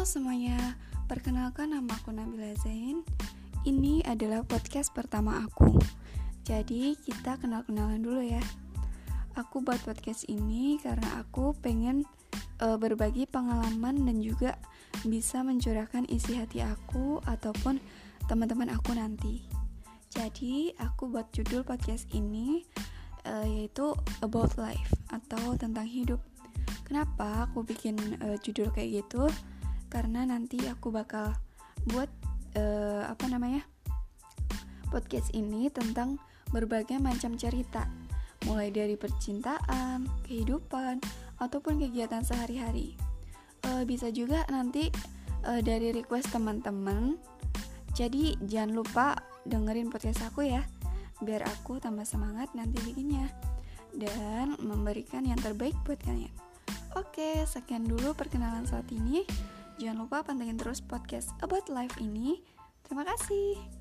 Halo semuanya, perkenalkan nama aku Nabila Zain. Ini adalah podcast pertama aku. Jadi kita kenal-kenalan dulu ya. Aku buat podcast ini karena aku pengen berbagi pengalaman dan juga bisa mencurahkan isi hati aku ataupun teman-teman aku nanti. Jadi aku buat judul podcast ini yaitu About Life atau tentang hidup. Kenapa aku bikin judul kayak gitu? Karena nanti aku bakal buat podcast ini tentang berbagai macam cerita, mulai dari percintaan, kehidupan, ataupun kegiatan sehari-hari. Bisa juga nanti dari request teman-teman. Jadi jangan lupa dengerin podcast aku ya, biar aku tambah semangat nanti bikinnya dan memberikan yang terbaik buat kalian. Oke, sekian dulu perkenalan saat ini. Jangan lupa pantengin terus podcast About Life ini. Terima kasih.